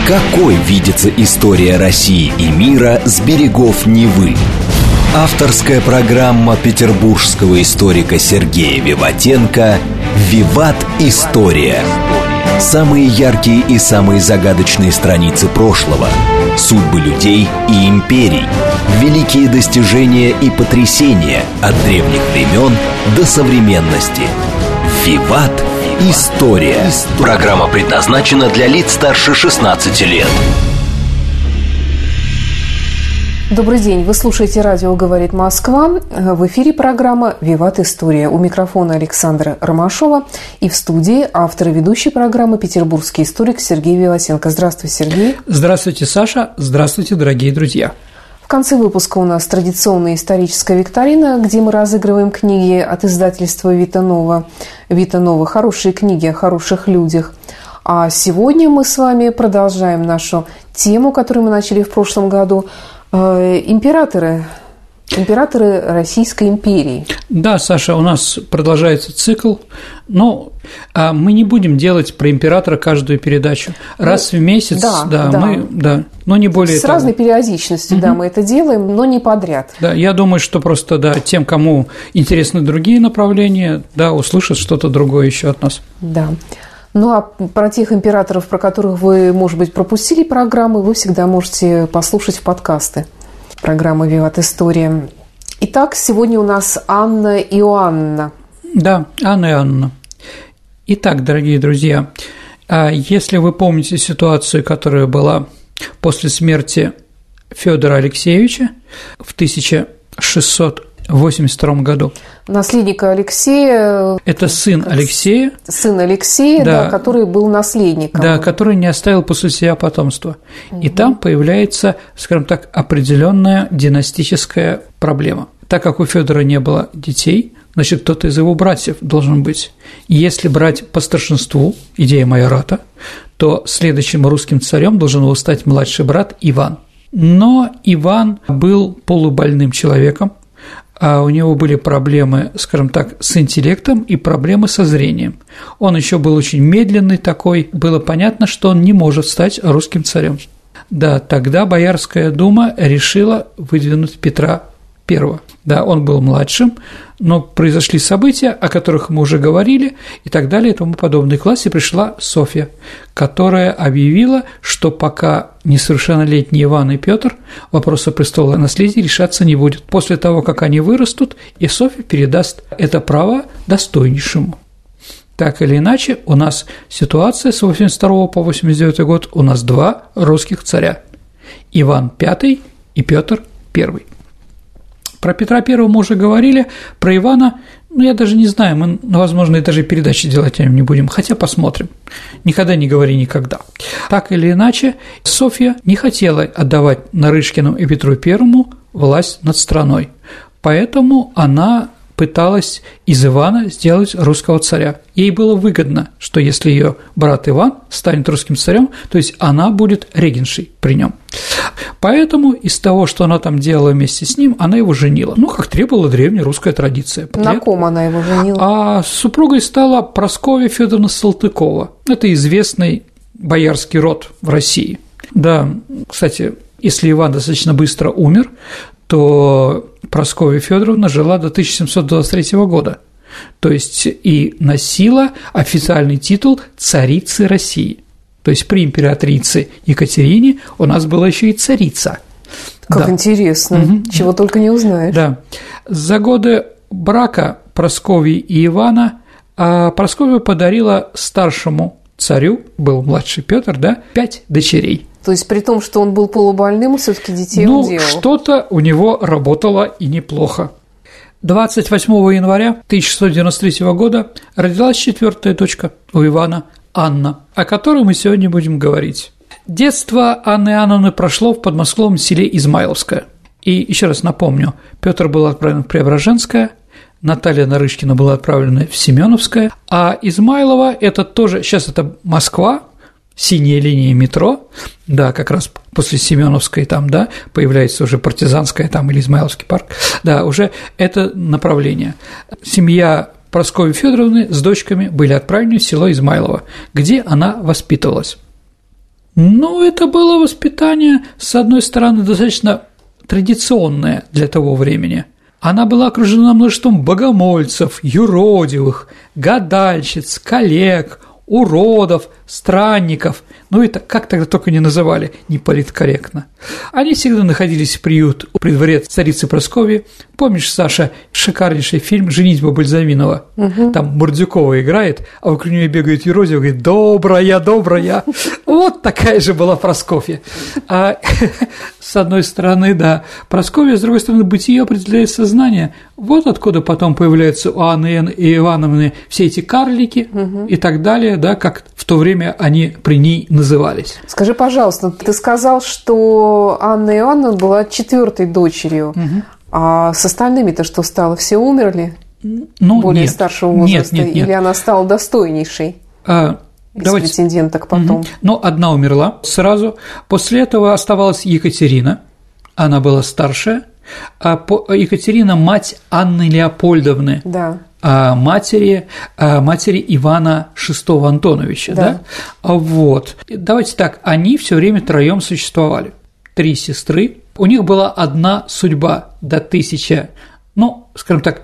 Какой видится история России и мира с берегов Невы? Авторская программа петербургского историка Сергея Виватенко «Виват. История». Самые яркие и самые загадочные страницы прошлого, судьбы людей и империй, великие достижения и потрясения от древних времен до современности. «Виват. История». Программа предназначена для лиц старше 16 лет. Добрый день, вы слушаете радио «Говорит Москва». В эфире программа «Виват. История». У микрофона Александра Ромашова и в студии автор и ведущий программы петербургский историк Сергей Виватенко. Здравствуй, Сергей. Здравствуйте, Саша. Здравствуйте, дорогие друзья. В конце выпуска у нас традиционная историческая викторина, где мы разыгрываем книги от издательства «Вита Нова». «Вита Нова» – хорошие книги о хороших людях. А сегодня мы с вами продолжаем нашу тему, которую мы начали в прошлом году – императоры Российской империи. Да, Саша, у нас продолжается цикл, но мы не будем делать про императора каждую передачу. Раз в месяц, но не более с того. Разной периодичностью, мы это делаем, но не подряд. Да, я думаю, что просто, тем, кому интересны другие направления, услышат что-то другое еще от нас. Да. Ну, а про тех императоров, про которых вы, может быть, пропустили программы, вы всегда можете послушать в подкасты программы «Виват. История». Итак, сегодня у нас Анна Иоанна. Да, Анна Иоанна. Итак, дорогие друзья, если вы помните ситуацию, которая была после смерти Федора Алексеевича в 1682 году. Наследника Алексея. Это сын Алексея. Сын Алексея, который был наследником. Да, который не оставил после себя потомства. И там появляется, скажем так, определенная династическая проблема. Так как у Федора не было детей, значит, кто-то из его братьев должен быть. И если брать по старшинству, идея майората, то следующим русским царем должен был стать младший брат Иван. Но Иван был полубольным человеком, а у него были проблемы, скажем так, с интеллектом и проблемы со зрением. Он еще был очень медленный такой, было понятно, что он не может стать русским царем. Да, тогда Боярская дума решила выдвинуть Петра I. Да, он был младшим, но произошли события, о которых мы уже говорили, и так далее, и тому подобное. К власти пришла Софья, которая объявила, что пока несовершеннолетний Иван и Петр вопроса престола наследия решаться не будет. После того, как они вырастут, и Софья передаст это право достойнейшему. Так или иначе, у нас ситуация с 82 по 89 год, у нас два русских царя – Иван V и Петр I. Про Петра I мы уже говорили, про Ивана, я даже не знаю, мы, возможно, и даже передачи делать о нем не будем, хотя посмотрим. Никогда не говори никогда. Так или иначе, Софья не хотела отдавать Нарышкину и Петру I власть над страной, поэтому она пыталась из Ивана сделать русского царя. Ей было выгодно, что если ее брат Иван станет русским царем, то есть она будет регеншей при нем. Поэтому из того, что она там делала вместе с ним, она его женила. Как требовала древняя русская традиция. На ком она его женила? А супругой стала Прасковья Федоровна Салтыкова. Это известный боярский род в России. Да, кстати, если Иван достаточно быстро умер, то Прасковья Федоровна жила до 1723 года, то есть и носила официальный титул царицы России. То есть при императрице Екатерине у нас была еще и царица. Как интересно, чего только не узнаешь. Да. За годы брака Прасковьи и Ивана Прасковья подарила старшему царю, был младший Петр, 5 дочерей. То есть при том, что он был полубольным, все-таки детей он делал? Что-то у него работало и неплохо. 28 января 1693 года родилась четвертая дочка у Ивана, Анна, о которой мы сегодня будем говорить. Детство Анны Иоанновны прошло в подмосковном селе Измайловское. И еще раз напомню, Петр был отправлен в Преображенское, Наталья Нарышкина была отправлена в Семеновское, а Измайлово – это тоже, сейчас это Москва, синяя линия метро, как раз после Семеновской там, появляется уже Партизанская там или Измайловский парк, уже это направление. Семья Прасковьи Федоровны с дочками были отправлены в село Измайлово, где она воспитывалась. Ну, это было воспитание, с одной стороны, достаточно традиционное для того времени. Она была окружена множеством богомольцев, юродивых, гадальщиц, коллег, уродов, странников, ну это как тогда только не называли, не политкорректно. Они всегда находились в приют при дворе царицы Прасковьи. Помнишь, Саша, шикарнейший фильм «Женитьба Бальзаминова»? Там Мордюкова играет, а вокруг нее бегает юродив, говорит: «Добрая, добрая». Вот такая же была Прасковья. А с одной стороны, да, Прасковья, с другой стороны, бытие определяет сознание. Вот откуда потом появляются у Анны и Ивановны все эти карлики и так далее, да, как в то время они при ней назывались. Скажи, пожалуйста, ты сказал, что Анна Иоанновна была 4-й дочерью, а с остальными-то что стало? Все умерли? Ну, более нет, старшего возраста? Нет. Или она стала достойнейшей? Из претенденток потом. Но одна умерла сразу. После этого оставалась Екатерина. Она была старшая. Екатерина – мать Анны Леопольдовны. Да. Матери Ивана VI Антоновича, да? Вот. Давайте так, они все время троем существовали. 3 сестры. У них была одна судьба до скажем так,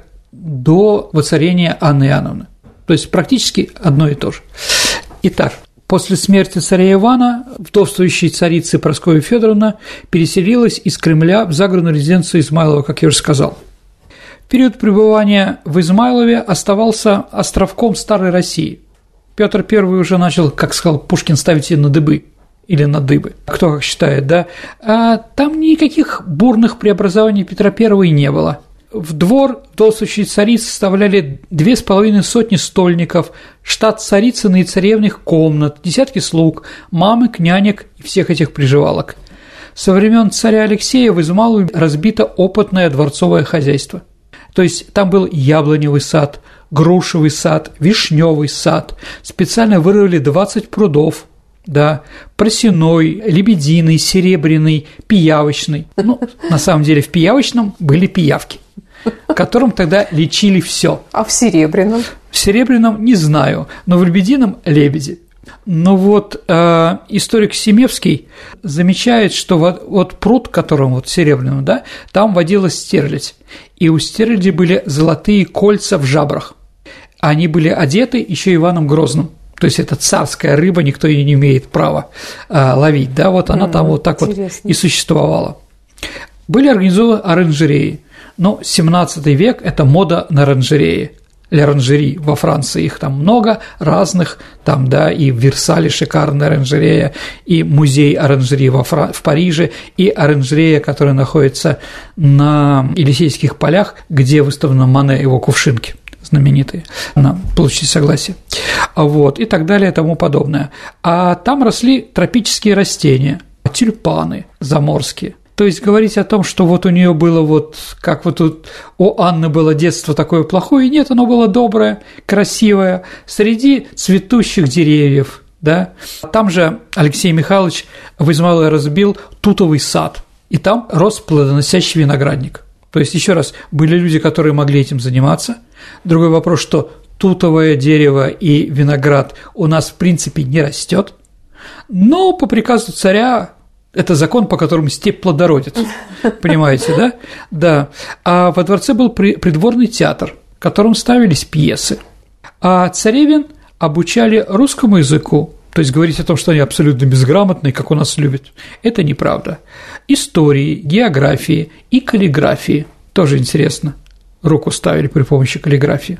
до воцарения Анны Иоанновны. То есть практически одно и то же. Итак, после смерти царя Ивана вдовствующая царица Прасковья Фёдоровна переселилась из Кремля в загородную резиденцию Измайлова, как я уже сказал. Период пребывания в Измайлове оставался островком Старой России. Петр I уже начал, как сказал Пушкин, ставить ее на дыбы или на дыбы, кто как считает, да. А там никаких бурных преобразований Петра I не было. В двор вдовствующей царицы составляли 2,5 стольников, штат царицыны и царевных комнат, десятки слуг, мамок, нянек и всех этих приживалок. Со времен царя Алексея в Измайлове разбито опытное дворцовое хозяйство. То есть там был яблоневый сад, грушевый сад, вишневый сад, специально вырыли 20 прудов, да, просеной, лебединый, серебряный, пиявочный. Ну, на самом деле в пиявочном были пиявки, которым тогда лечили все. А в серебряном? В серебряном не знаю, но в лебедином – лебеди. Но вот историк Семевский замечает, что вот пруд, которым вот серебряным, да, там водилась стерлядь, и у стерляди были золотые кольца в жабрах. Они были одеты еще Иваном Грозным. То есть это царская рыба, никто ее не имеет права ловить, да, вот она там вот так интересно. Вот и существовала. Были организованы оранжереи, но 17 век – это мода на оранжереи. Оранжерей во Франции, их там много разных, там, да, и в Версале шикарная оранжерея, и музей оранжерей в Париже, и оранжерея, которая находится на Елисейских полях, где выставлено Мане, его кувшинки знаменитые на площади Согласия, вот, и так далее и тому подобное. А там росли тропические растения, тюльпаны заморские. То есть говорить о том, что вот у нее было вот, как вот тут у Анны было детство такое плохое, нет, оно было доброе, красивое, среди цветущих деревьев, да. Там же Алексей Михайлович в Измайлове разбил тутовый сад, и там рос плодоносящий виноградник. То есть, еще раз, были люди, которые могли этим заниматься. Другой вопрос, что тутовое дерево и виноград у нас в принципе не растет, но по приказу царя. Это закон, по которому степь плодородит, понимаете, да? Да. А во дворце был придворный театр, в котором ставились пьесы. А царевин обучали русскому языку, то есть говорить о том, что они абсолютно безграмотные, как у нас любят, это неправда. Истории, географии и каллиграфии, тоже интересно, руку ставили при помощи каллиграфии.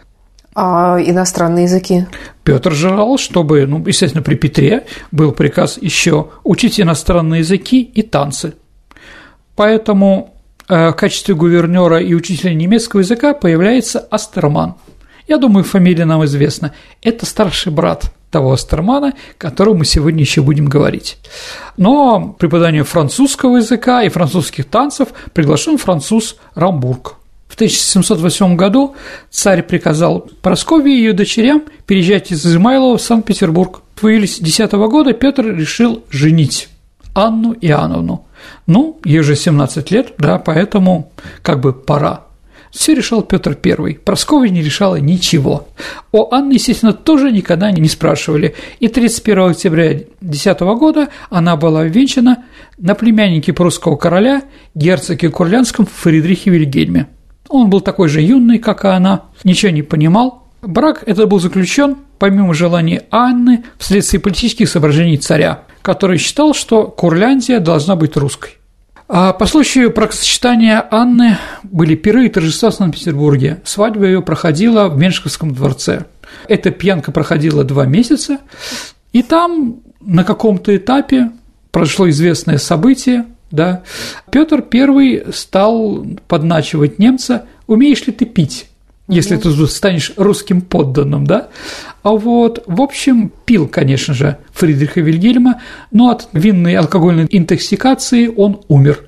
А иностранные языки? Петр желал, чтобы, естественно, при Петре был приказ еще учить иностранные языки и танцы. Поэтому в качестве гувернера и учителя немецкого языка появляется Астерман. Я думаю, фамилия нам известна. Это старший брат того Астермана, о котором мы сегодня еще будем говорить. Но преподанию французского языка и французских танцев приглашен француз Рамбург. В 1708 году царь приказал Прасковье и ее дочерям переезжать из Измайлова в Санкт-Петербург. В июле 10 года Петр решил женить Анну Иоанновну. Ей уже 17 лет, да, поэтому как бы пора. Все решал Петр I. Прасковья не решала ничего. О Анне, естественно, тоже никогда не спрашивали. И 31 октября 1010 года она была венчана на племяннике прусского короля, герцоге Курляндском Фридрихе Вильгельме. Он был такой же юный, как и она, ничего не понимал. Брак этот был заключен помимо желания Анны вследствие политических соображений царя, который считал, что Курляндия должна быть русской. А по случаю бракосочетания Анны были пиры и торжества в Санкт-Петербурге. Свадьба ее проходила в Меншиковском дворце. Эта пьянка проходила 2 месяца, и там на каком-то этапе произошло известное событие, да, Петр I стал подначивать немца: «Умеешь ли ты пить, если ты станешь русским подданным?» да? А вот, в общем, пил, конечно же, Фридриха Вильгельма, но от винной алкогольной интоксикации он умер.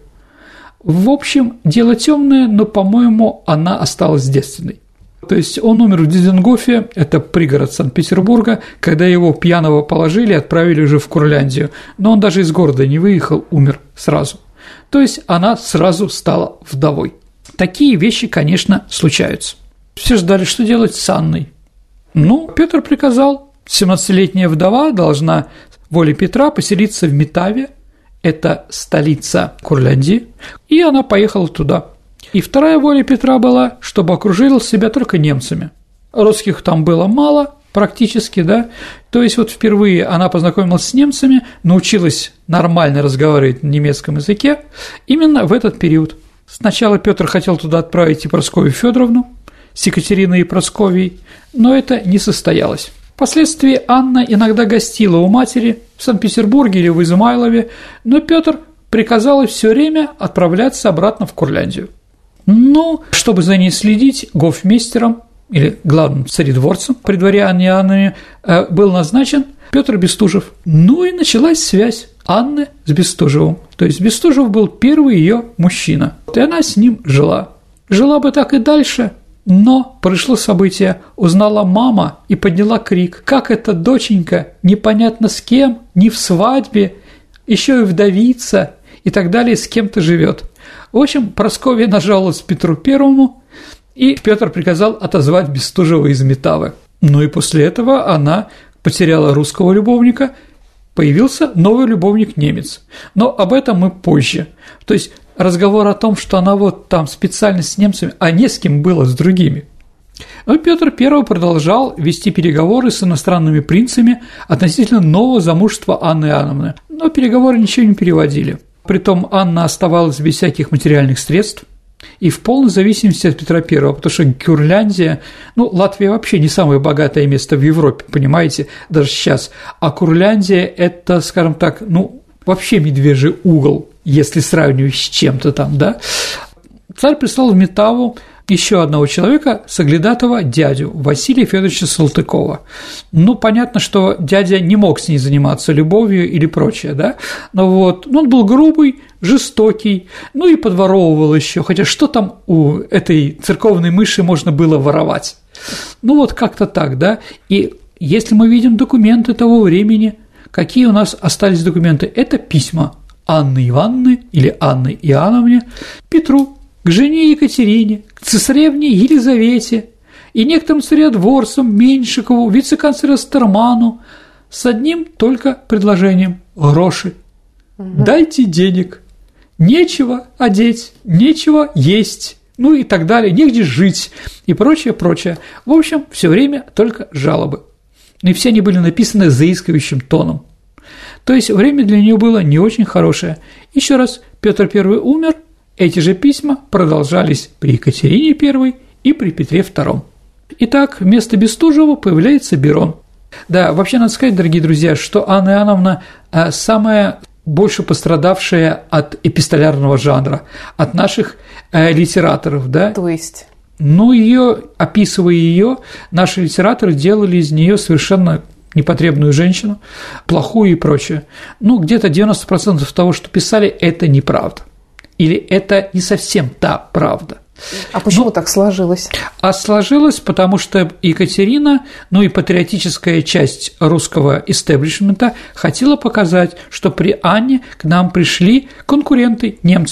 В общем, дело темное, но, по-моему, она осталась девственной. То есть он умер в Дизенгофе, это пригород Санкт-Петербурга, когда его пьяного положили и отправили уже в Курляндию, но он даже из города не выехал, умер сразу. То есть она сразу стала вдовой. Такие вещи, конечно, случаются. Все ждали, что делать с Анной. Ну, Петр приказал, 17-летняя вдова должна волей Петра поселиться в Метаве, это столица Курляндии, и она поехала туда. И вторая воля Петра была, чтобы окружил себя только немцами. Русских там было мало, практически, да, то есть вот впервые она познакомилась с немцами, научилась нормально разговаривать на немецком языке именно в этот период. Сначала Петр хотел туда отправить и Прасковью Фёдоровну с Екатериной и Прасковьей, но это не состоялось. Впоследствии Анна иногда гостила у матери в Санкт-Петербурге или в Измайлове, но Петр приказал ей все время отправляться обратно в Курляндию. Но, чтобы за ней следить, гофмейстером или главным царедворцем при дворе Анны Иоанновны был назначен Петр Бестужев. Ну и началась связь Анны с Бестужевым. То есть Бестужев был первый ее мужчина, и она с ним жила. Жила бы так и дальше, но пришло событие, узнала мама и подняла крик: как эта доченька непонятно с кем, не в свадьбе, еще и вдовица и так далее, с кем-то живет. В общем, Прасковья нажаловалась Петру Первому, и Петр приказал отозвать Бестужева из Метавы. Ну и после этого она потеряла русского любовника, появился новый любовник-немец. Но об этом мы позже. То есть разговор о том, что она вот там специально с немцами, а не с кем было, с другими. Но Петр I продолжал вести переговоры с иностранными принцами относительно нового замужества Анны Иоанновны, но переговоры ничего не переводили. Притом Анна оставалась без всяких материальных средств и в полной зависимости от Петра I, потому что Курляндия, ну, Латвия вообще не самое богатое место в Европе, понимаете, даже сейчас, а Курляндия – это, скажем так, ну, вообще медвежий угол, если сравнивать с чем-то там, да. Царь прислал в Метаву еще одного человека, соглядатого дядю Василия Федоровича Салтыкова. Ну, понятно, что дядя не мог с ней заниматься любовью или прочее, да, но вот, ну, он был грубый, жестокий, ну и подворовывал еще, хотя что там у этой церковной мыши можно было воровать? Ну, вот как-то так, да, и если мы видим документы того времени, какие у нас остались документы? Это письма Анны Ивановны или Анны Иоанновне Петру, к жене Екатерине, к цесаревне Елизавете и некоторым царедворцам Меньшикову, вице-канцлеру Стерману с одним только предложением – гроши. Дайте денег, нечего одеть, нечего есть, ну и так далее, негде жить и прочее, прочее. В общем, все время только жалобы. И все они были написаны заискивающим тоном. То есть время для нее было не очень хорошее. Еще раз, Петр I умер, эти же письма продолжались при Екатерине I и при Петре II. Итак, вместо Бестужева появляется Берон. Да, вообще надо сказать, дорогие друзья, что Анна Иоанновна самая больше пострадавшая от эпистолярного жанра, от наших литераторов, да? То есть? Ну, описывая ее, наши литераторы делали из нее совершенно непотребную женщину, плохую и прочее. Ну, где-то 90% того, что писали, это неправда. Или это не совсем та правда. А почему так сложилось? А сложилось, потому что Екатерина, ну и патриотическая часть русского истеблишмента хотела показать, что при Анне к нам пришли конкуренты, немцы,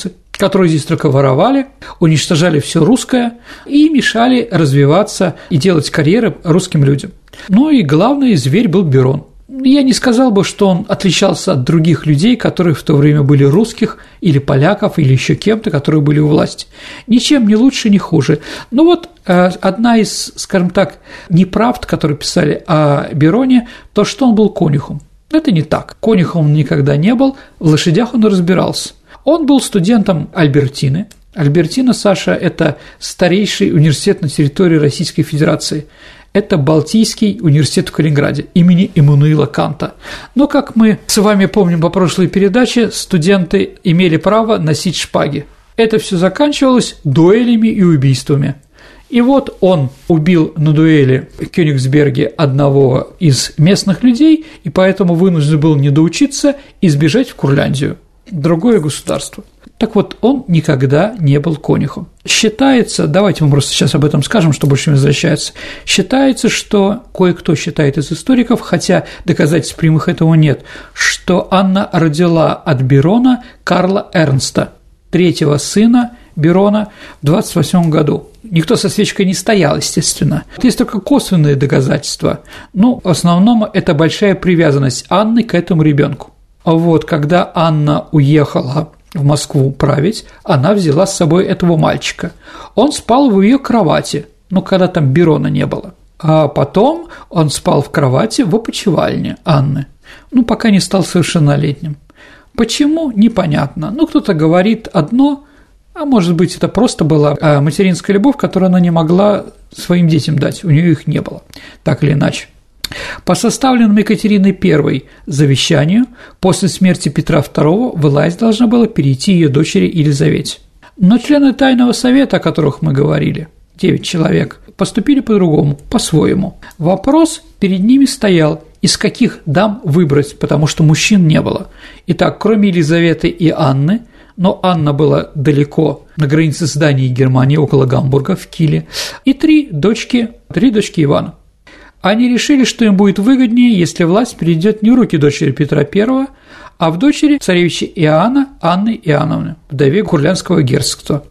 которые здесь только воровали, уничтожали все русское и мешали развиваться и делать карьеры русским людям. Ну и главный зверь был Берон. Я не сказал бы, что он отличался от других людей, которые в то время были русских или поляков, или еще кем-то, которые были у власти. Ничем не лучше, не хуже. Но вот одна из, скажем так, неправд, которые писали о Бероне, то, что он был конюхом. Это не так. Конюхом он никогда не был, в лошадях он разбирался. Он был студентом Альбертины. Альбертина, Саша, это старейший университет на территории Российской Федерации. Это Балтийский университет в Калининграде имени Иммануила Канта. Но, как мы с вами помним по прошлой передаче, студенты имели право носить шпаги. Это все заканчивалось дуэлями и убийствами. И вот он убил на дуэли в Кёнигсберге одного из местных людей, и поэтому вынужден был не доучиться и сбежать в Курляндию, другое государство. Так вот, он никогда не был конюхом. Считается, давайте мы просто сейчас об этом скажем, что больше не возвращается, считается, что кое-кто считает из историков, хотя доказательств прямых этого нет, что Анна родила от Берона Карла Эрнста, третьего сына Берона, в 28 году. Никто со свечкой не стоял, естественно. Есть только косвенные доказательства. Ну, в основном это большая привязанность Анны к этому ребенку. А вот когда Анна уехала в Москву править, она взяла с собой этого мальчика. Он спал в ее кровати, когда там Берона не было. А потом он спал в кровати в опочивальне Анны, пока не стал совершеннолетним. Почему? Непонятно. Кто-то говорит одно, а может быть, это просто была материнская любовь, которую она не могла своим детям дать, у нее их не было, так или иначе. По составленному Екатериной I завещанию после смерти Петра II власть должна была перейти ее дочери Елизавете. Но члены Тайного совета, о которых мы говорили, 9 человек, поступили по-другому, по-своему. Вопрос перед ними стоял, из каких дам выбрать, потому что мужчин не было. Итак, кроме Елизаветы и Анны, но Анна была далеко, на границе с Данией и Германией, около Гамбурга, в Киле, и три дочки Ивана. Они решили, что им будет выгоднее, если власть перейдет не в руки дочери Петра I, а в дочери царевича Иоанна Анны Иоанновны, вдове Курляндского герцогства.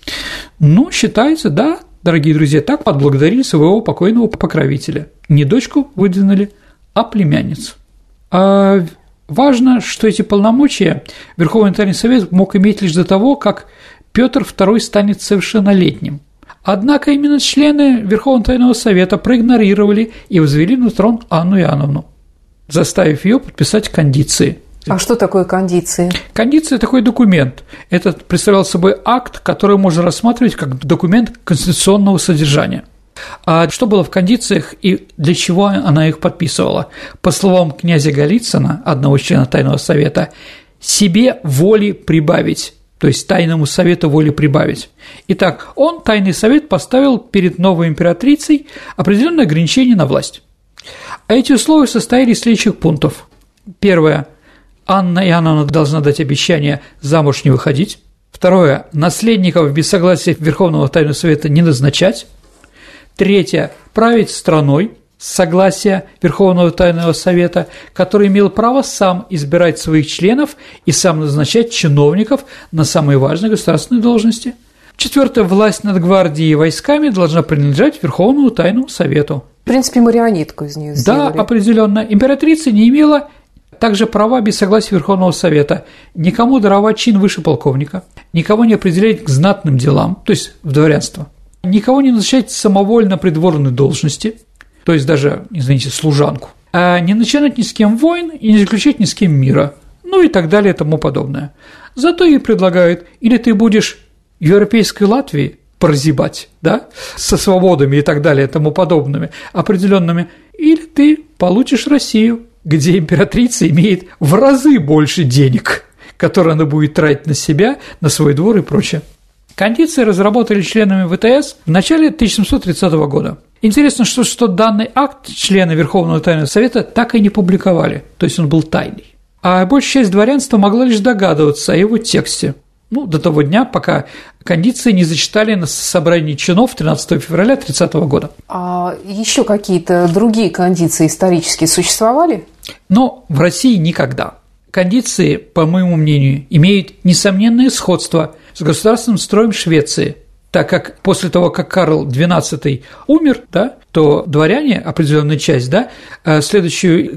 Считается, да, дорогие друзья, так отблагодарили своего покойного покровителя. Не дочку выдвинули, а племянницу. Важно, что эти полномочия Верховный Тайный Совет мог иметь лишь до того, как Петр II станет совершеннолетним. Однако именно члены Верховного Тайного Совета проигнорировали и возвели на трон Анну Иоанновну, заставив ее подписать кондиции. А что такое кондиции? Кондиция – такой документ. Это представлял собой акт, который можно рассматривать как документ конституционного содержания. А что было в кондициях и для чего она их подписывала? По словам князя Голицына, одного члена Тайного Совета, себе воли прибавить. То есть Тайному Совету воли прибавить. Итак, Тайный Совет поставил перед новой императрицей определенные ограничения на власть. А эти условия состояли из следующих пунктов. Первое. Анна Иоанновна должна дать обещание замуж не выходить. Второе. Наследников без согласия Верховного Тайного Совета не назначать. Третье. Править страной с согласия Верховного Тайного Совета, который имел право сам избирать своих членов и сам назначать чиновников на самые важные государственные должности. Четвертое. Власть над гвардией и войсками должна принадлежать Верховному Тайному Совету. В принципе, марионетку из нее сделали. Да, определенно. Императрица не имела также права без согласия Верховного Совета никому даровать чин выше полковника, никого не определять к знатным делам, то есть в дворянство, никого не назначать самовольно придворные должности, то есть даже, извините, служанку, а не начинать ни с кем войн и не заключать ни с кем мира, и так далее и тому подобное. Зато ей предлагают, или ты будешь в европейской Латвии прозябать, да, со свободами и так далее и тому подобными определенными, или ты получишь Россию, где императрица имеет в разы больше денег, которые она будет тратить на себя, на свой двор и прочее. Кондиции разработали членами ВТС в начале 1730 года. Интересно, что данный акт члены Верховного Тайного Совета так и не публиковали, то есть он был тайный. А большая часть дворянства могла лишь догадываться о его тексте. До того дня, пока кондиции не зачитали на собрании чинов 13 февраля 30 года. А еще какие-то другие кондиции исторически существовали? Но в России никогда. Кондиции, по моему мнению, имеют несомненное сходство с государственным строем Швеции. Так как после того, как Карл XII умер, да, то дворяне, определенная часть, да, следующего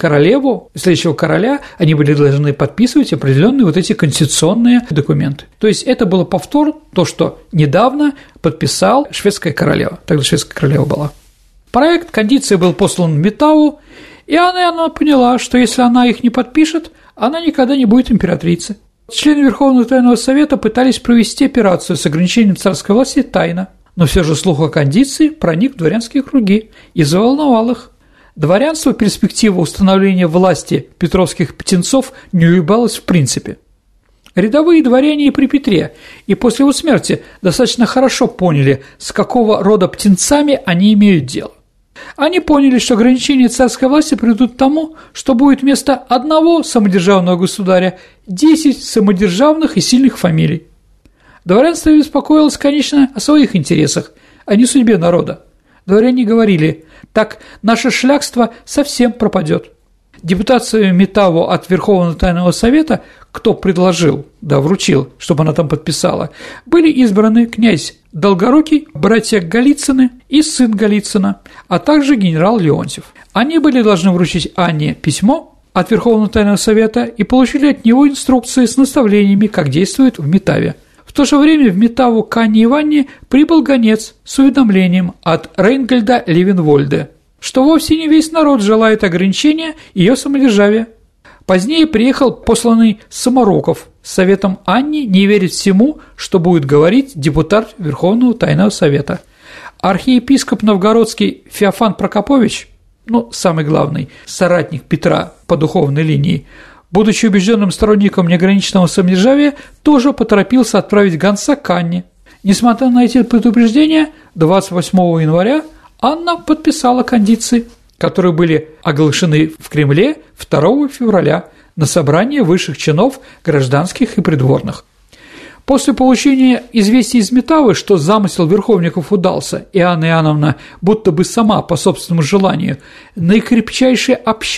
короля, они были должны подписывать определенные вот эти конституционные документы. То есть это было повтор, то, что недавно подписал шведская королева, тогда шведская королева была. Проект кондиции был послан в Метаву, и она поняла, что если она их не подпишет, она никогда не будет императрицей. Члены Верховного Тайного Совета пытались провести операцию с ограничением царской власти тайно, но все же слух о кондиции проник в дворянские круги и заволновал их. Дворянство перспектива установления власти петровских птенцов не улыбалось в принципе. Рядовые дворяне и при Петре, и после его смерти достаточно хорошо поняли, с какого рода птенцами они имеют дело. Они поняли, что ограничения царской власти приведут к тому, что будет вместо одного самодержавного государя 10 самодержавных и сильных фамилий. Дворянство беспокоилось, конечно, о своих интересах, а не судьбе народа. Дворяне говорили: так наше шляхство совсем пропадет. Депутацию Метаву от Верховного Тайного Совета, кто предложил, вручил, чтобы она там подписала, были избраны князь Долгорукий, братья Голицыны и сын Голицына, а также генерал Леонтьев. Они были должны вручить Анне письмо от Верховного Тайного Совета и получили от него инструкции с наставлениями, как действует в Метаве. В то же время в Метаву к Анне Ивановне прибыл гонец с уведомлением от Рейнгольда Левенвольда, что вовсе не весь народ желает ограничения ее самодержавия. Позднее приехал посланный Самороков с советом Анне не верить всему, что будет говорить депутат Верховного Тайного Совета. Архиепископ новгородский Феофан Прокопович, самый главный соратник Петра по духовной линии, будучи убежденным сторонником неограниченного самодержавия, тоже поторопился отправить гонца к Анне. Несмотря на эти предупреждения, 28 января Анна подписала кондиции, которые были оглашены в Кремле 2 февраля на собрании высших чинов гражданских и придворных. После получения известий из Метавы, что замысел верховников удался, и Анна Иоанновна будто бы сама по собственному желанию наикрепчайше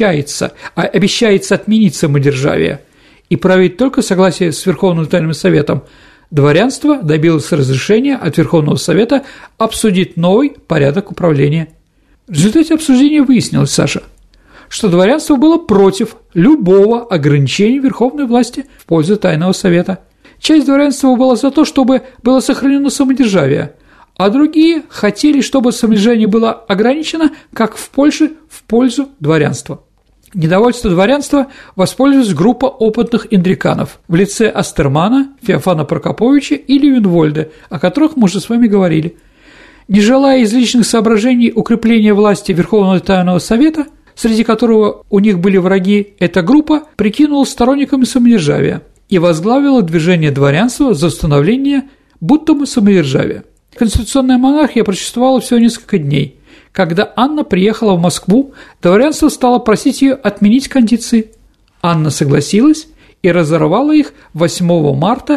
обещается отменить самодержавие и править только в согласии с Верховным Тайным Советом, дворянство добилось разрешения от Верховного Совета обсудить новый порядок управления. В результате обсуждения выяснилось, Саша, что дворянство было против любого ограничения верховной власти в пользу Тайного Совета. Часть дворянства была за то, чтобы было сохранено самодержавие, а другие хотели, чтобы самодержавие было ограничено, как в Польше, в пользу дворянства. Недовольство дворянства воспользовалась группа опытных интриканов в лице Астермана, Феофана Прокоповича и Левенвольда, о которых мы уже с вами говорили. Не желая из личных соображений укрепления власти Верховного Тайного Совета, среди которого у них были враги, эта группа прикинулась сторонниками самодержавия и возглавила движение дворянства за установление будто бы самодержавия. Конституционная монархия просуществовала всего несколько дней. Когда Анна приехала в Москву, дворянство стало просить ее отменить кондиции. Анна согласилась и разорвала их 8 марта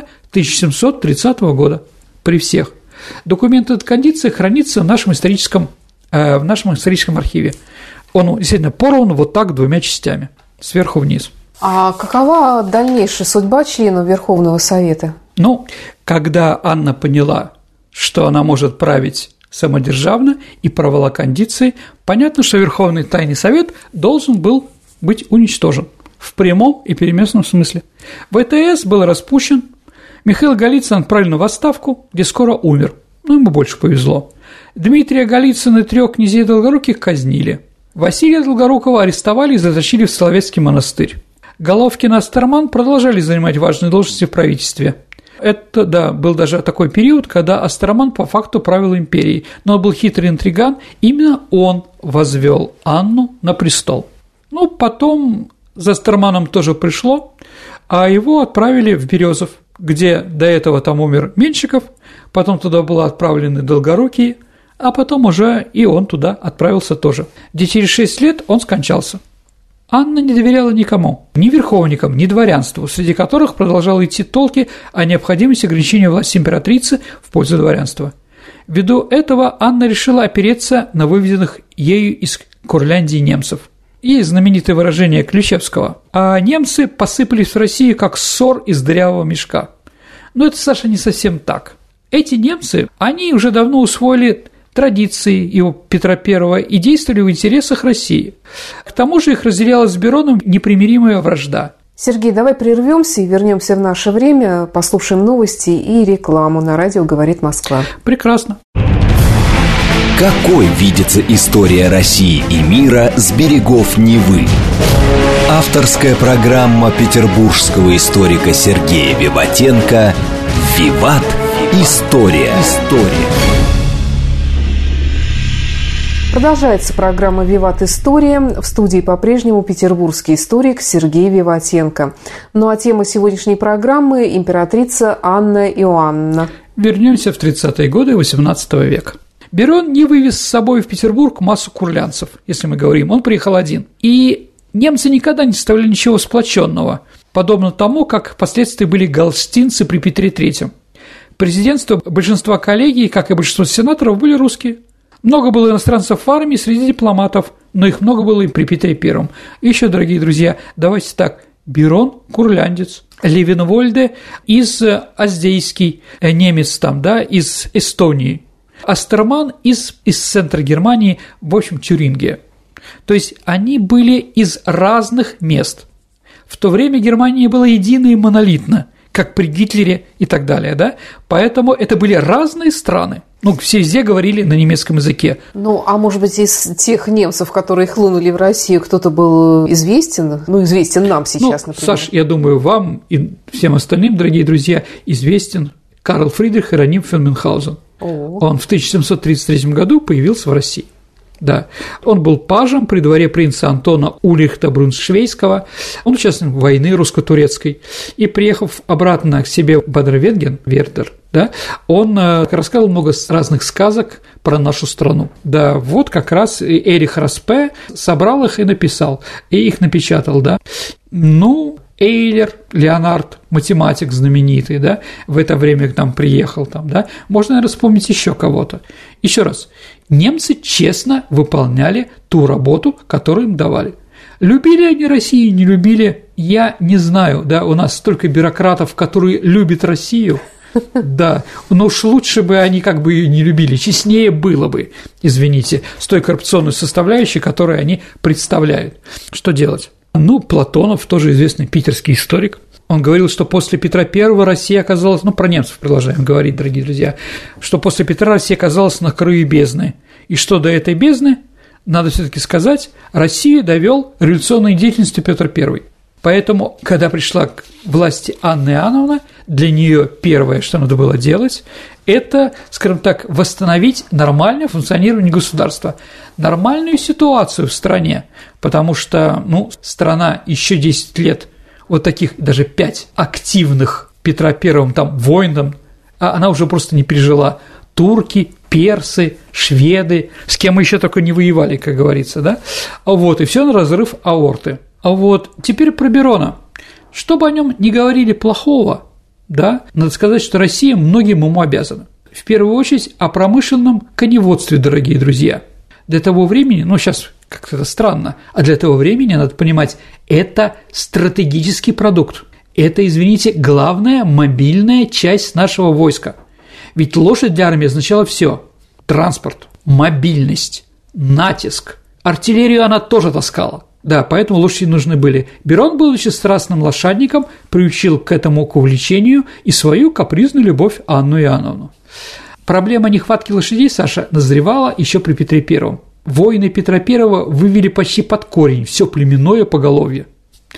1730 года при всех. Документ этой кондиции хранится в нашем историческом архиве. Он действительно порван вот так 2 частями, сверху вниз. А какова дальнейшая судьба членов Верховного Совета? Когда Анна поняла, что она может править самодержавно и провела кондиции, понятно, что Верховный Тайный Совет должен был быть уничтожен в прямом и переносном смысле. ВТС был распущен, Михаил Голицын отправлен в отставку, где скоро умер, ему больше повезло. Дмитрия Голицына и 3 князей Долгоруких казнили. Василия Долгорукова арестовали и затащили в Соловецкий монастырь. Головкин и Астерман продолжали занимать важные должности в правительстве. Это, был даже такой период, когда Астерман по факту правил империей, но он был хитрый интриган, именно он возвел Анну на престол. Потом за Астерманом тоже пришло, а его отправили в Березов, где до этого там умер Меньшиков, потом туда были отправлены Долгорукие, а потом уже и он туда отправился тоже, где через 6 лет он скончался. Анна не доверяла никому, ни верховникам, ни дворянству, среди которых продолжало идти толки о необходимости ограничения власти императрицы в пользу дворянства. Ввиду этого Анна решила опереться на выведенных ею из Курляндии немцев. Есть знаменитое выражение Ключевского: «А немцы посыпались в Россию, как ссор из дырявого мешка». Но это, Саша, не совсем так. Эти немцы, они уже давно усвоили традиции его Петра I и действовали в интересах России. К тому же их разделяла с Бероном непримиримая вражда. Сергей, давай прервемся и вернемся в наше время, послушаем новости и рекламу на радио «Говорит Москва». Прекрасно. Какой видится история России и мира с берегов Невы? Авторская программа петербургского историка Сергея Виватенко «Виват. История». Продолжается программа «Виват. История». В студии по-прежнему петербургский историк Сергей Виватенко. Ну а тема сегодняшней программы – императрица Анна Иоанна. Вернемся в 30-е годы XVIII века. Берон не вывез с собой в Петербург массу курлянцев, если мы говорим, он приехал один. И немцы никогда не составляли ничего сплоченного, подобно тому, как впоследствии были галштинцы при Петре III. Президентство большинства коллегий, как и большинство сенаторов, были русские. Много было иностранцев в армии среди дипломатов, но их много было и при Петре I. И еще, дорогие друзья, давайте так, Берон – курляндец, Левенвольде из Оздейский, немец там, да, из Эстонии, Астерман из центра Германии, в общем, Тюрингия. То есть они были из разных мест. В то время Германия была едина и монолитна, как при Гитлере и так далее, да? Поэтому это были разные страны. Ну, все везде говорили на немецком языке. Ну, а может быть, из тех немцев, которые хлынули в Россию, кто-то был известен? Ну, известен нам сейчас, например. Саш, я думаю, вам и всем остальным, дорогие друзья, известен Карл Фридрих Иероним фон Мюнхгаузен. Он в 1733 году появился в России. Да, он был пажем при дворе принца Антона Ульрихта Бруншвейского, он участвовал в войне русско-турецкой, и, приехав обратно к себе в Бадер-Венген, Вердер, да, он рассказал много разных сказок про нашу страну. Да, вот как раз Эрих Распе собрал их и написал, и их напечатал, да. Ну, Эйлер, Леонард, математик знаменитый, да, в это время к нам приехал, там, да, можно, наверное, вспомнить еще кого-то. Еще раз, немцы честно выполняли ту работу, которую им давали. Любили они Россию, не любили, я не знаю, да, у нас столько бюрократов, которые любят Россию, да, но уж лучше бы они как бы ее не любили, честнее было бы, извините, с той коррупционной составляющей, которую они представляют. Что делать? Ну, Платонов, тоже известный питерский историк, он говорил, что после Петра I Россия оказалась, ну, про немцев продолжаем говорить, дорогие друзья, что после Петра Россия оказалась на краю бездны, и что до этой бездны, надо все-таки сказать, Россию довел революционной деятельностью Петр I. Поэтому, когда пришла к власти Анна Иоанновна, для нее первое, что надо было делать, это, скажем так, восстановить нормальное функционирование государства, нормальную ситуацию в стране, потому что, ну, страна еще 10 лет, вот таких даже 5 активных Петра I там войн, она уже просто не пережила. Турки, персы, шведы, с кем мы еще только не воевали, как говорится, да? Вот, и все на разрыв аорты. А вот теперь про Берона. Что бы о нем ни говорили плохого, да, надо сказать, что Россия многим ему обязана. В первую очередь о промышленном коневодстве, дорогие друзья. Для того времени, ну, сейчас как-то это странно, а для того времени, надо понимать, это стратегический продукт. Это, извините, главная мобильная часть нашего войска. Ведь лошадь для армии означала все: транспорт, мобильность, натиск. Артиллерию она тоже таскала. Да, поэтому лошади нужны были. Берон, будучи страстным лошадником, приучил к этому к увлечению и свою капризную любовь Анну Иоанновну. Проблема нехватки лошадей, Саша, назревала еще при Петре I. Войны Петра I вывели почти под корень все племенное поголовье.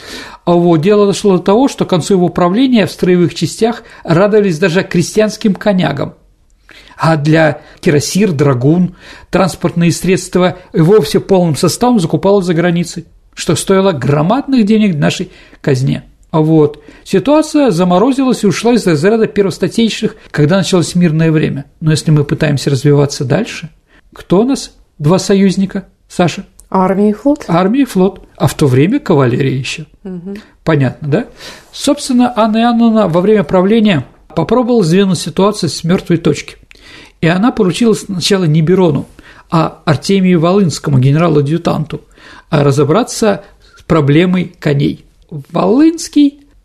А вот дело дошло до того, что к концу его правления в строевых частях радовались даже крестьянским конягам. А для кирасир, драгун, транспортные средства и вовсе полным составом закупалось за границей, что стоило громадных денег нашей казне. А вот ситуация заморозилась и ушла из разряда первостатейных, когда началось мирное время. Но если мы пытаемся развиваться дальше, кто у нас два союзника, Саша? Армия и флот. Армия и флот, а в то время кавалерия еще. Угу. Понятно, да? Собственно, Анна Иоанновна во время правления попробовала сдвинуть ситуацию с мертвой точки. И она поручила сначала не Берону, а Артемию Волынскому, генерал-адъютанту, разобраться с проблемой коней. Волынский,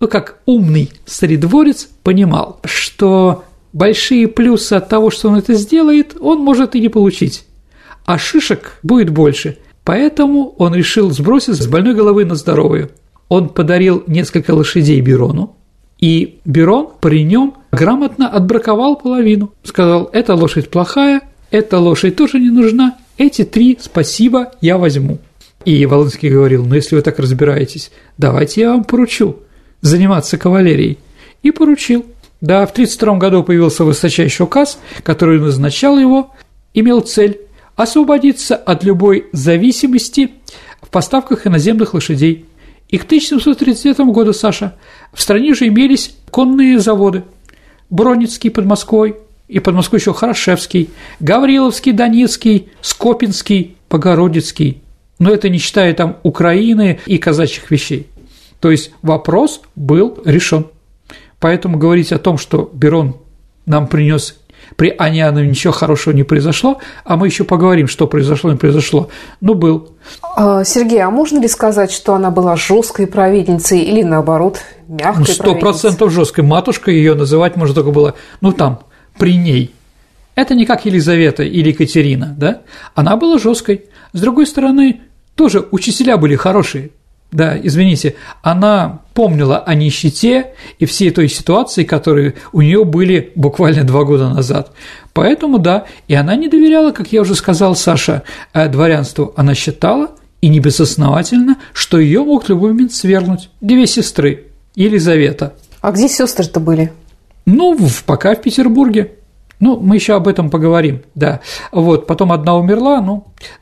как умный царедворец, понимал, что большие плюсы от того, что он это сделает, он может и не получить, а шишек будет больше. Поэтому он решил сбросить с больной головы на здоровую. Он подарил несколько лошадей Бирону, и Бирон при нем грамотно отбраковал половину. Сказал: эта лошадь плохая, эта лошадь тоже не нужна, эти 3 спасибо, я возьму. И Волынский говорил: ну, если вы так разбираетесь, давайте я вам поручу заниматься кавалерией. И поручил. Да, в 1932 году появился высочайший указ, который назначал его, имел цель освободиться от любой зависимости в поставках иноземных лошадей. И к 1739 году, Саша, в стране уже имелись конные заводы. Броницкий под Москвой, и под Москвой еще Хорошевский, Гавриловский, Донецкий, Скопинский, Богородицкий. Но это не считая там Украины и казачьих вещей. То есть вопрос был решен. Поэтому говорить о том, что Бирон нам принес при Анне Иоанновне ничего хорошего не произошло, а мы еще поговорим, что произошло, не произошло. Ну, был. Сергей, а можно ли сказать, что она была жесткой правительницей или, наоборот, мягкой правительницей? 100% жесткой. Матушкой ее называть можно только было, при ней. Это не как Елизавета или Екатерина, да? Она была жесткой. С другой стороны, тоже учителя были хорошие. Да, извините, она помнила о нищете и всей той ситуации, которые у нее были буквально 2 года назад. Поэтому, да, и она не доверяла, как я уже сказал, Саша, дворянству. Она считала, и не безосновательно, что ее могут в любой момент свергнуть. 2 сестры, Елизавета. А где сестры-то были? Пока в Петербурге. Мы еще об этом поговорим, да. Потом одна умерла,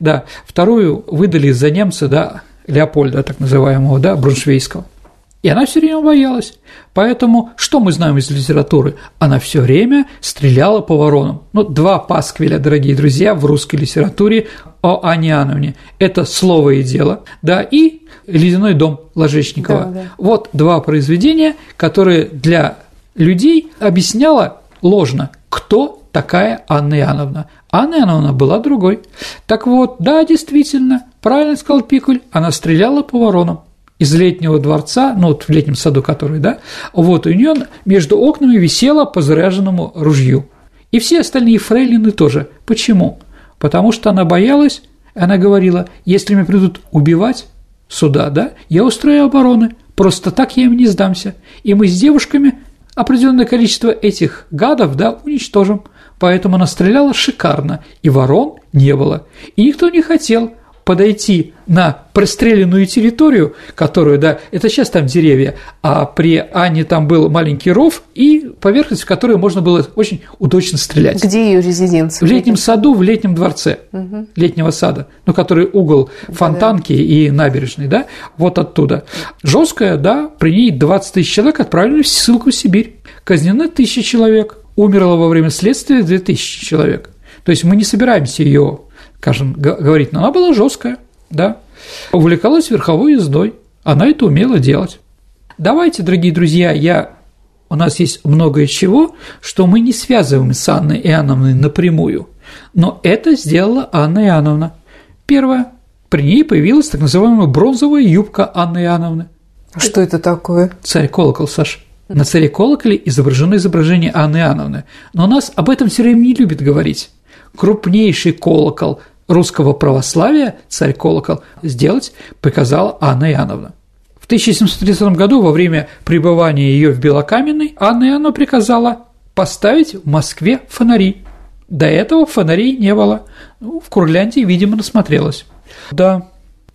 вторую выдали за немца, да, Леопольда, так называемого, да, Бруншвейгского. И она все время боялась. Поэтому что мы знаем из литературы? Она все время стреляла по воронам. 2 пасквиля, дорогие друзья, в русской литературе о Анне Иоанновне. Это «Слово и дело», да, и «Ледяной дом» Ложечникова. Да. 2 произведения, которые для людей объясняло ложно, кто такая Анна Иоанновна. Анна Иоанновна была другой. Так вот, да, действительно, правильно сказал Пикуль, она стреляла по воронам из Летнего дворца, в Летнем саду который, да, у нее между окнами висело по заряженному ружью. И все остальные фрейлины тоже. Почему? Потому что она боялась, она говорила: если меня придут убивать сюда, да, я устрою обороны, просто так я им не сдамся, и мы с девушками определенное количество этих гадов, да, уничтожим. Поэтому она стреляла шикарно, и ворон не было. И никто не хотел подойти на простреленную территорию, которую, да, это сейчас там деревья, а при Анне там был маленький ров и поверхность, в которой можно было очень удачно стрелять. Где ее резиденция? В Летнем саду, в Летнем дворце, Летнего сада, который угол Фонтанки и набережной, да, оттуда. Жесткая, да, при ней 20 000 человек отправили в ссылку в Сибирь. Казнены 1000 человек, умерло во время следствия 2000 человек. То есть мы не собираемся ее, скажем, говорить, но она была жесткая, да, увлекалась верховой ездой, она это умела делать. Давайте, дорогие друзья, у нас есть многое чего, что мы не связываем с Анной Иоанновной напрямую, но это сделала Анна Иоанновна. Первое, при ней появилась так называемая бронзовая юбка Анны Иоанновны. Что это такое? Царь-колокол, Саша. На царе-колоколе изображено изображение Анны Иоанновны, но у нас об этом все время не любят говорить. Крупнейший колокол русского православия, царь-колокол, сделать приказала Анна Иоанновна. В 1730 году, во время пребывания ее в Белокаменной, Анна Иоанновна приказала поставить в Москве фонари. До этого фонарей не было. В Курляндии, видимо, насмотрелась. Да,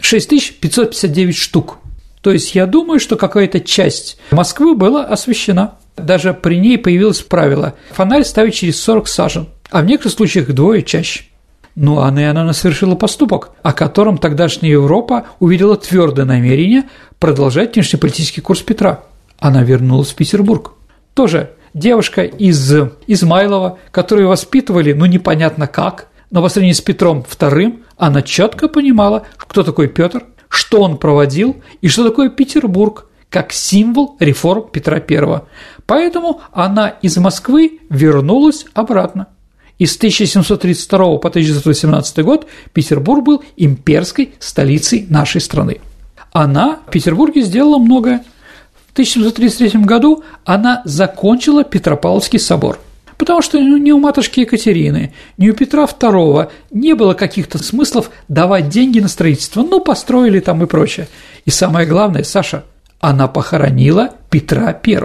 6559 штук. То есть я думаю, что какая-то часть Москвы была освещена. Даже при ней появилось правило – фонарь ставить через 40 сажен, а в некоторых случаях 2 чаще. Анна Иоанновна совершила поступок, о котором тогдашняя Европа увидела твердое намерение продолжать внешнеполитический курс Петра. Она вернулась в Петербург. Тоже девушка из Измайлова, которую воспитывали, непонятно как, но по сравнению с Петром II она четко понимала, кто такой Петр, что он проводил и что такое Петербург, как символ реформ Петра I. Поэтому она из Москвы вернулась обратно. И с 1732 по 1918 год Петербург был имперской столицей нашей страны. Она в Петербурге сделала многое. В 1733 году она закончила Петропавловский собор. Потому что ни у матушки Екатерины, ни у Петра II не было каких-то смыслов давать деньги на строительство, ну, построили там и прочее. И самое главное, Саша, она похоронила Петра I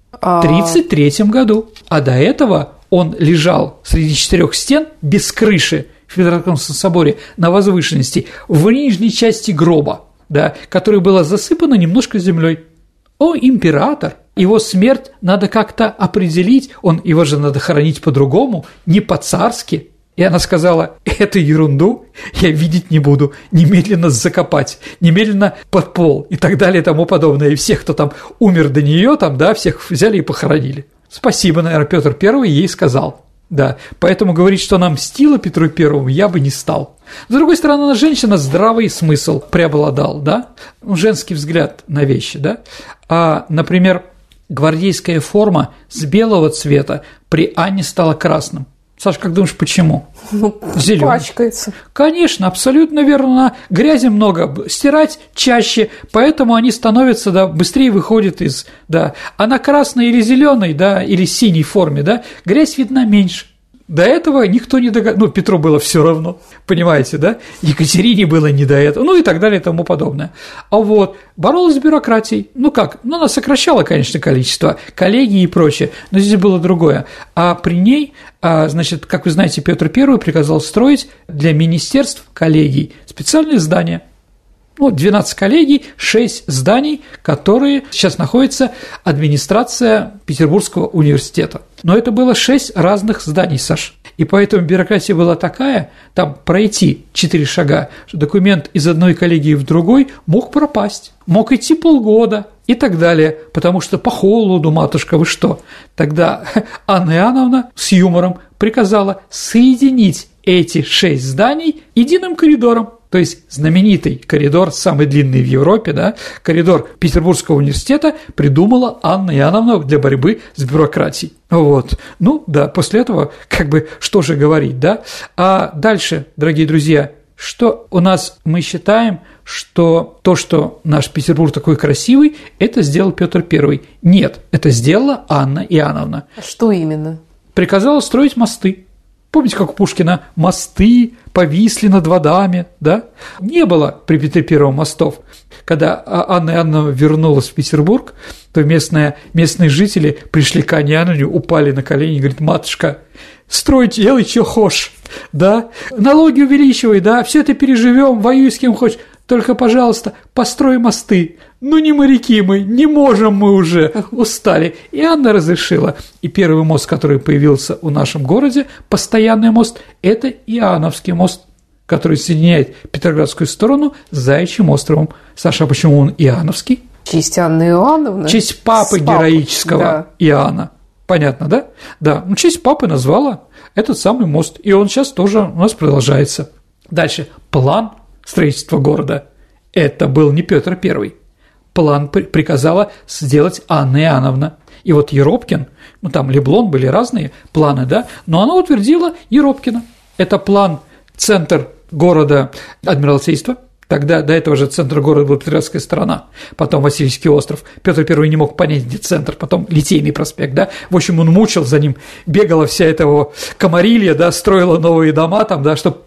в 1933 году, а до этого он лежал среди 4 стен без крыши в Петропавловском соборе на возвышенности в нижней части гроба, да, которое было засыпано немножко землей. О, император! Его смерть надо как-то определить, его же надо хоронить по-другому, не по-царски. И она сказала: эту ерунду я видеть не буду, немедленно закопать, немедленно под пол и так далее и тому подобное. И всех, кто там умер до нее, там, да, всех взяли и похоронили. Спасибо, наверное, Петр I ей сказал. Да, поэтому говорить, что она мстила Петру I, я бы не стал. С другой стороны, она женщина, здравый смысл преобладал, да, женский взгляд на вещи, да. Например, гвардейская форма с белого цвета при Анне стала красным. Саш, как думаешь, почему? Зелёный. Пачкается. Конечно, абсолютно верно. Грязи много, стирать чаще, поэтому они становятся, да, быстрее выходят из, да. А на красной или зеленой, да, или синей форме, да, грязь видна меньше. До этого никто не догадался, ну, Петру было все равно, понимаете, да, Екатерине было не до этого, ну и так далее и тому подобное. А вот боролась с бюрократией, ну как, ну она сокращала, конечно, количество коллегий и прочее, но здесь было другое. А при ней, значит, как вы знаете, Петр I приказал строить для министерств коллегий специальные здания. Ну, 12 коллегий, 6 зданий, которые сейчас находится администрация Петербургского университета. Но это было 6 разных зданий, Саш. И поэтому бюрократия была такая, там пройти 4 шага, что документ из одной коллегии в другой мог пропасть, мог идти полгода и так далее, потому что по холоду, матушка, вы что? Тогда Анна Иоанновна с юмором приказала соединить эти 6 зданий единым коридором. То есть знаменитый коридор, самый длинный в Европе, да, коридор Петербургского университета придумала Анна Иоанновна для борьбы с бюрократией. Вот. Ну, да, после этого, как бы, что же говорить, да? А дальше, дорогие друзья, что у нас мы считаем, что то, что наш Петербург такой красивый, это сделал Петр I. Нет, это сделала Анна Иоанновна. Что именно? Приказала строить мосты. Помните, как у Пушкина мосты повисли над водами, да? Не было при Петре I мостов. Когда Анна Иоанновна вернулась в Петербург, то местные жители пришли к Анне Иоанновне, упали на колени и говорят: матушка, строй, делай, что хочешь, да? Налоги увеличивай, да? Все это переживем, воюй с кем хочешь. Только, пожалуйста, построй мосты. Ну, не моряки мы, не можем мы уже, устали. И Анна разрешила. И первый мост, который появился в нашем городе, постоянный мост, это Иоанновский мост, который соединяет Петроградскую сторону с Заячьим островом. Саша, а почему он Иоанновский? В честь Анны Иоанновны? В честь папы героического, да. Иоанна. Понятно, да? Да, в честь папы назвала этот самый мост. И он сейчас тоже у нас продолжается. Дальше. План строительства города. Это был не Петр I. План приказала сделать Анна Иоанновна. И вот Еропкин, ну там Леблон, были разные планы, да, но она утвердила Еропкина. Это план центр города Адмиралтейства. Тогда до этого же центр города была Петроградская сторона, потом Васильевский остров. Петр I не мог понять, где центр, потом Литейный проспект, да. В общем, он мучил, за ним бегала вся эта комарилья, да, строила новые дома там, да, чтобы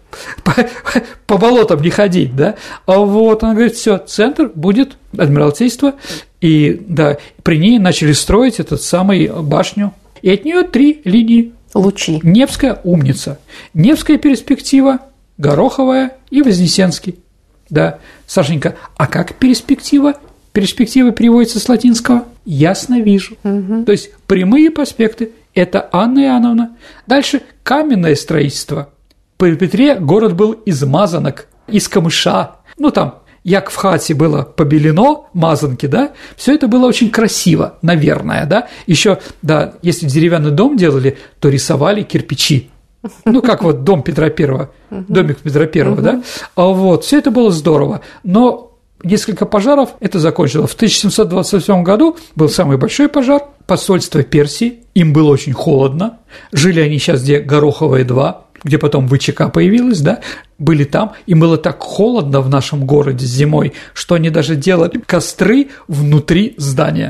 по болотам не ходить, да. А вот он говорит: все, центр будет Адмиралтейство, и да, при ней начали строить этот самый башню, и от нее 3 линии. Лучи. Невская умница, Невская перспектива, Гороховая и Вознесенский. Да, Сашенька, а как перспектива? Перспектива переводится с латинского «ясно вижу». Угу. То есть прямые проспекты – это Анна Иоанновна. Дальше каменное строительство. При Петре город был из мазанок, из камыша. Ну, там, як в хате было побелено, мазанки, да, все это было очень красиво, наверное, да. Еще, да, если деревянный дом делали, то рисовали кирпичи. Ну, как вот дом Петра I, домик Петра I, да, а вот, все это было здорово, но несколько пожаров это закончило. В 1728 году был самый большой пожар, посольство Персии, им было очень холодно, жили они сейчас где Гороховая 2, где потом ВЧК появилась, да, были там, им было так холодно в нашем городе зимой, что они даже делали костры внутри здания.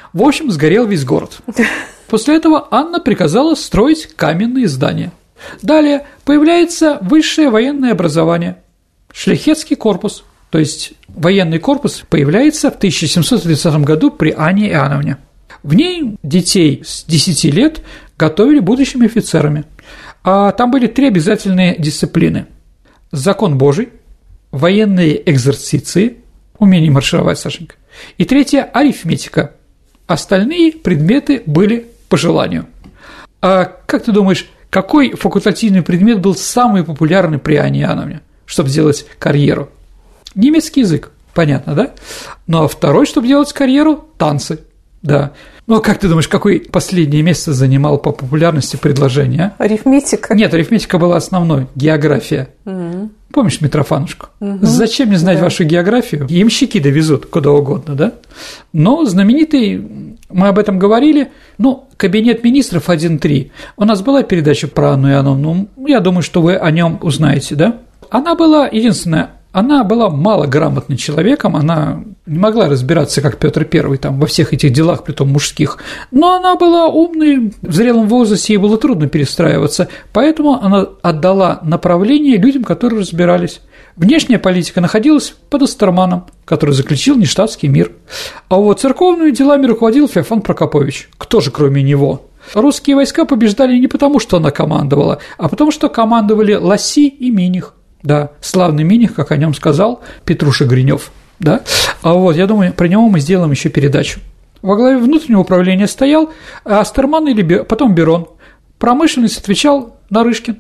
В общем, сгорел весь город. После этого Анна приказала строить каменные здания. Далее появляется высшее военное образование, шляхетский корпус, то есть военный корпус появляется в 1730 году при Анне Иоанновне. В ней детей с 10 лет готовили будущими офицерами. А там были 3 обязательные дисциплины: закон Божий, военные экзерциции, умение маршировать, Сашенька, и 3 – арифметика. Остальные предметы были по желанию. А как ты думаешь, какой факультативный предмет был самый популярный при Анне Иоанновне, чтобы сделать карьеру? Немецкий язык, понятно, да? Ну а второй, чтобы делать карьеру – танцы, да. Ну а как ты думаешь, какое последнее место занимал по популярности предложение? Арифметика? Нет, арифметика была основной, география. Помнишь Митрофанушку? Зачем мне знать вашу географию? Ямщики довезут куда угодно, да? Но знаменитый, мы об этом говорили, кабинет министров 1.3. У нас была передача про Анну Иоанновну, я думаю, что вы о нем узнаете, да? Она была единственная. Она была малограмотным человеком, она не могла разбираться, как Петр I, там, во всех этих делах, притом мужских, но она была умной, в зрелом возрасте ей было трудно перестраиваться, поэтому она отдала направление людям, которые разбирались. Внешняя политика находилась под Остерманом, который заключил нештатский мир, а вот церковными делами руководил Феофан Прокопович, кто же кроме него? Русские войска побеждали не потому, что она командовала, а потому, что командовали Ласси и Миних. Да, славный Миних, как о нем сказал Петруша Гринёв, да. А вот, я думаю, про него мы сделаем еще передачу. Во главе внутреннего управления стоял Остерман или потом Берон. Промышленность отвечал Нарышкин.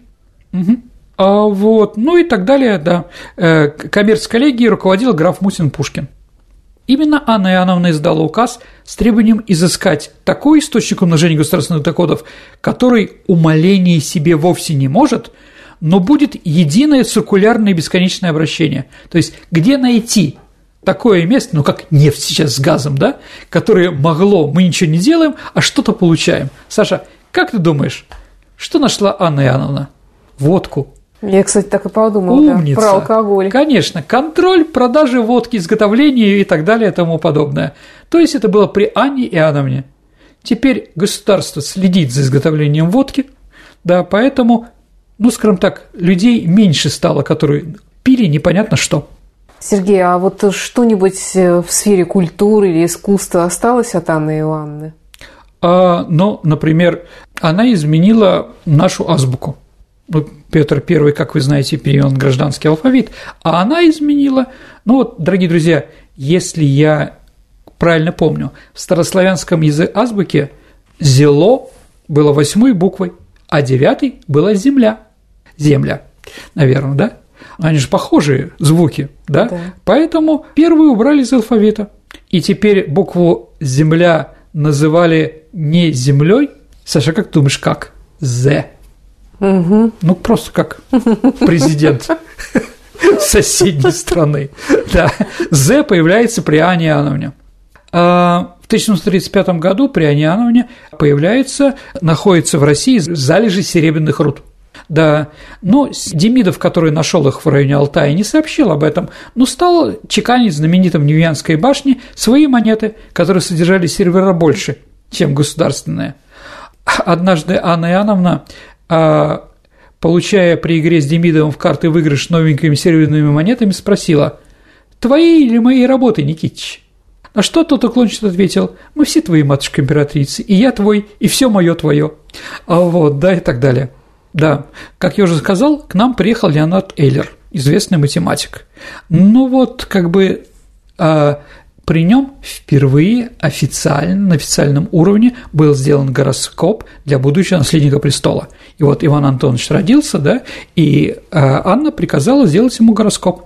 А вот, и так далее, да. Коммерц-коллегией руководил граф Мусин-Пушкин. Именно Анна Иоанновна издала указ с требованием изыскать такой источник умножения государственных доходов, который умаление себе вовсе не может, но будет единое циркулярное бесконечное обращение. То есть, где найти такое место, как нефть сейчас с газом, да, которое могло, мы ничего не делаем, а что-то получаем. Саша, как ты думаешь, что нашла Анна Иоанновна? Водку. Я, кстати, так и подумала. Умница. Да, про алкоголь. Конечно, контроль продажи водки, изготовления и так далее и тому подобное. То есть, это было при Анне Иоанновне. Теперь государство следит за изготовлением водки, да, поэтому, скажем так, людей меньше стало, которые пили непонятно что. Сергей, а вот что-нибудь в сфере культуры или искусства осталось от Анны Иоанновны? Например, она изменила нашу азбуку. Петр I, как вы знаете, перевел гражданский алфавит, а она изменила, дорогие друзья, если я правильно помню, в старославянском азбуке «зело» было 8-й буквой, а 9-й была «земля». Земля, наверное, да? Они же похожие звуки, да? Да. Поэтому первую убрали из алфавита. И теперь букву «земля» называли не землей. Саша, как думаешь, как? «З». Угу. Просто как президент соседней страны. Да. «З» появляется при Анне Иоанновне. В 1735 году при Анне Иоанновне находится в России залежи серебряных руд. Да, Демидов, который нашел их в районе Алтая, не сообщил об этом, но стал чеканить в знаменитом Невьянской башне свои монеты, которые содержали серебра больше, чем государственные. Однажды Анна Иоанновна, получая при игре с Демидовым в карты выигрыш новенькими серебряными монетами, спросила: «Твои или мои работы, Никитич?» На что тот уклончиво ответил: «Мы все твои, матушка императрицы, и я твой, и все мое твое». Да, и так далее. Да, как я уже сказал, к нам приехал Леонард Эйлер, известный математик. При нем впервые официально, на официальном уровне был сделан гороскоп для будущего наследника престола. И вот Иван Антонович родился, да, и Анна приказала сделать ему гороскоп.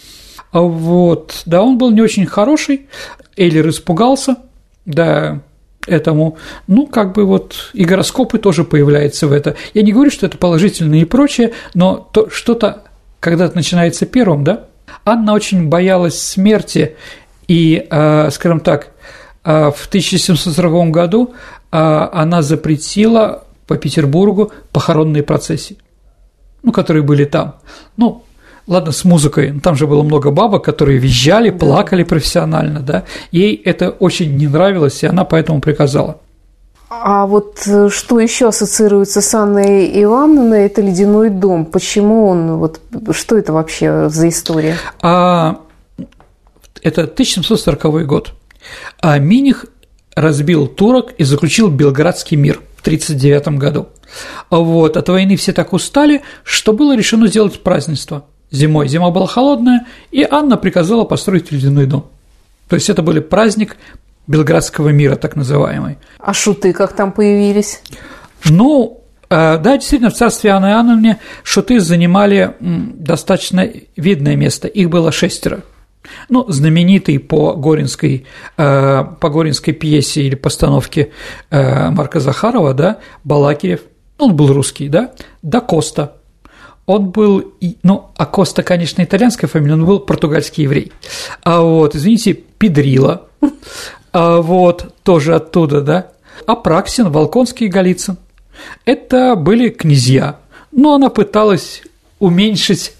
Он был не очень хороший, Эйлер испугался, да, этому, и гороскопы тоже появляются в это. Я не говорю, что это положительное и прочее, но что-то, когда это начинается первым, да, Анна очень боялась смерти, и, скажем так, в 1740 году она запретила по Петербургу похоронные процессии, которые были там. ладно, с музыкой, там же было много бабок, которые визжали, плакали профессионально, да, ей это очень не нравилось, и она поэтому приказала. А вот что еще ассоциируется с Анной Иоанновной, это «Ледяной дом». Почему он, вот, что это вообще за история? Это 1740 год. Миних разбил турок и заключил Белградский мир в 1939 году. Вот, от войны все так устали, что было решено сделать празднество зимой. Зима была холодная, и Анна приказала построить ледяной дом. То есть это был праздник Белградского мира, так называемый. А шуты как там появились? Да, действительно, в царстве Анны Иоанновны шуты занимали достаточно видное место. Их было 6. Знаменитый по Горинской пьесе или постановке Марка Захарова, да, Балакирев, он был русский, да Коста. Он был, а Коста, конечно, итальянская фамилия, он был португальский еврей. Педрила, тоже оттуда, да. Апраксин, Волконский и Голицын. Это были князья, но она пыталась уменьшить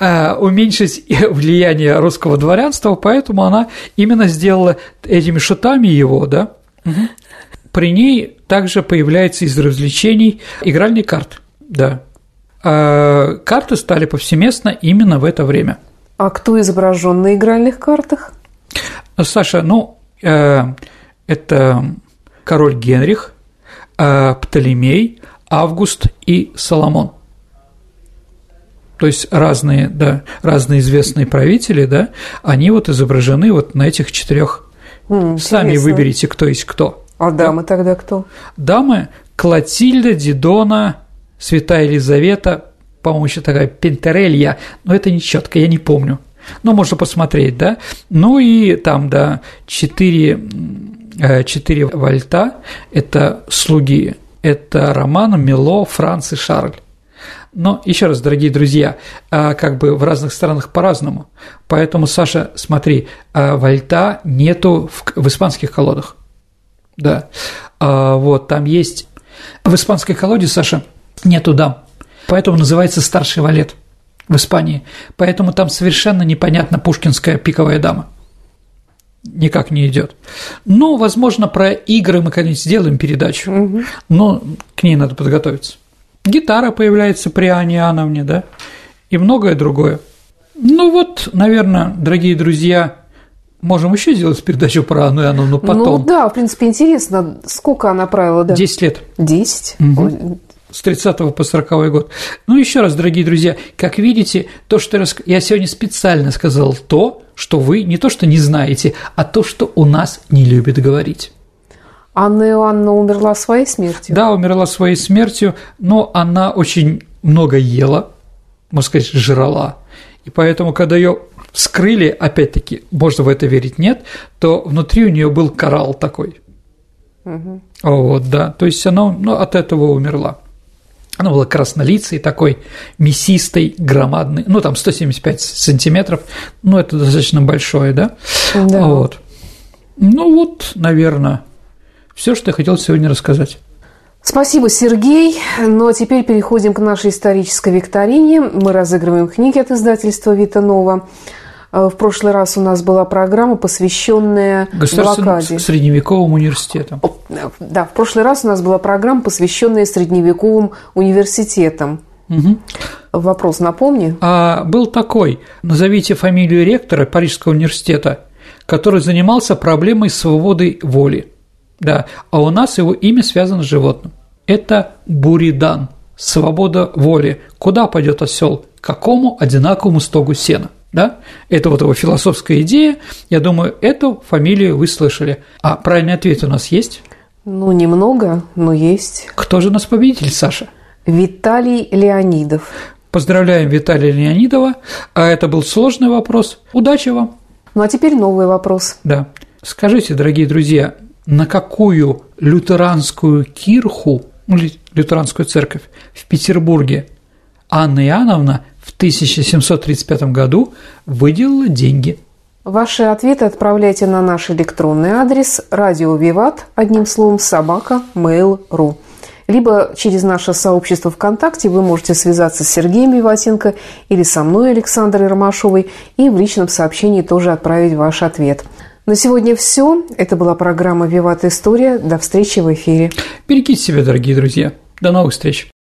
влияние русского дворянства, поэтому она именно сделала этими шутами его, да. Угу. При ней также появляется из развлечений игральные карты, да. Карты стали повсеместно именно в это время. А кто изображен на игральных картах? Саша, это король Генрих, Птолемей, Август и Соломон. То есть разные известные правители, да, они изображены на этих 4. Сами выберите, кто есть кто. А дамы тогда кто? Дамы – Клотильда, Дидона, Святая Елизавета, по-моему, еще такая Пентерелья, но это нечётко, я не помню. Можно посмотреть, да. И там, да, 4 вальта – это слуги, это Роман, Мило, Франц и Шарль. Но еще раз, дорогие друзья, в разных странах по-разному. Поэтому, Саша, смотри, вальта нету в испанских колодах. Да. Там есть… В испанской колоде, Саша, нету дам. Поэтому называется старший валет в Испании. Поэтому там совершенно непонятна пушкинская пиковая дама. Никак не идет. Возможно, про игры мы когда-нибудь сделаем передачу, но к ней надо подготовиться. Гитара появляется при Анне Иоанновне, да, и многое другое. Наверное, дорогие друзья, можем еще сделать передачу про Анну Иоанновну потом. Да, в принципе, интересно, сколько она правила, да? 10 лет. 10? Угу. С 30 по 40 год. Еще раз, дорогие друзья, как видите, то, что я сегодня специально сказал то, что вы не то что не знаете, а то, что у нас не любят говорить. Анна Иоанновна умерла своей смертью? Да, умерла своей смертью, но она очень много ела, можно сказать, жрала. И поэтому, когда ее вскрыли, опять-таки, можно в это верить, нет, то внутри у нее был коралл такой. Угу. Да, то есть она от этого умерла. Она была краснолицей, такой мясистой, громадной, 175 сантиметров, это достаточно большое, да? Да. Наверное, все, что я хотел сегодня рассказать. Спасибо, Сергей. А теперь переходим к нашей исторической викторине. Мы разыгрываем книги от издательства «Вита Нова». В прошлый раз у нас была программа, посвященная блокаде. Средневековым университетам. Да, в прошлый раз у нас была программа, посвященная средневековым университетам. Угу. Вопрос напомни. Был такой. Назовите фамилию ректора Парижского университета, который занимался проблемой свободы воли. Да, а у нас его имя связано с животным. Это Буридан. Свобода воли. Куда пойдет осел? К какому одинаковому стогу сена? Да? Это его философская идея. Я думаю, эту фамилию вы слышали. А правильный ответ у нас есть? Немного, но есть. Кто же у нас победитель, Саша? Виталий Леонидов. Поздравляем Виталия Леонидова. Это был сложный вопрос. Удачи вам. А теперь новый вопрос. Да. Скажите, дорогие друзья, на какую лютеранскую кирху, лютеранскую церковь в Петербурге Анна Иоанновна в 1735 году выделила деньги? Ваши ответы отправляйте на наш электронный адрес радио Виват, одним словом, @mail.ru. либо через наше сообщество ВКонтакте вы можете связаться с Сергеем Виватенко или со мной, Александрой Ромашовой, и в личном сообщении тоже отправить ваш ответ. На сегодня все. Это была программа «Виват История». До встречи в эфире. Берегите себя, дорогие друзья. До новых встреч.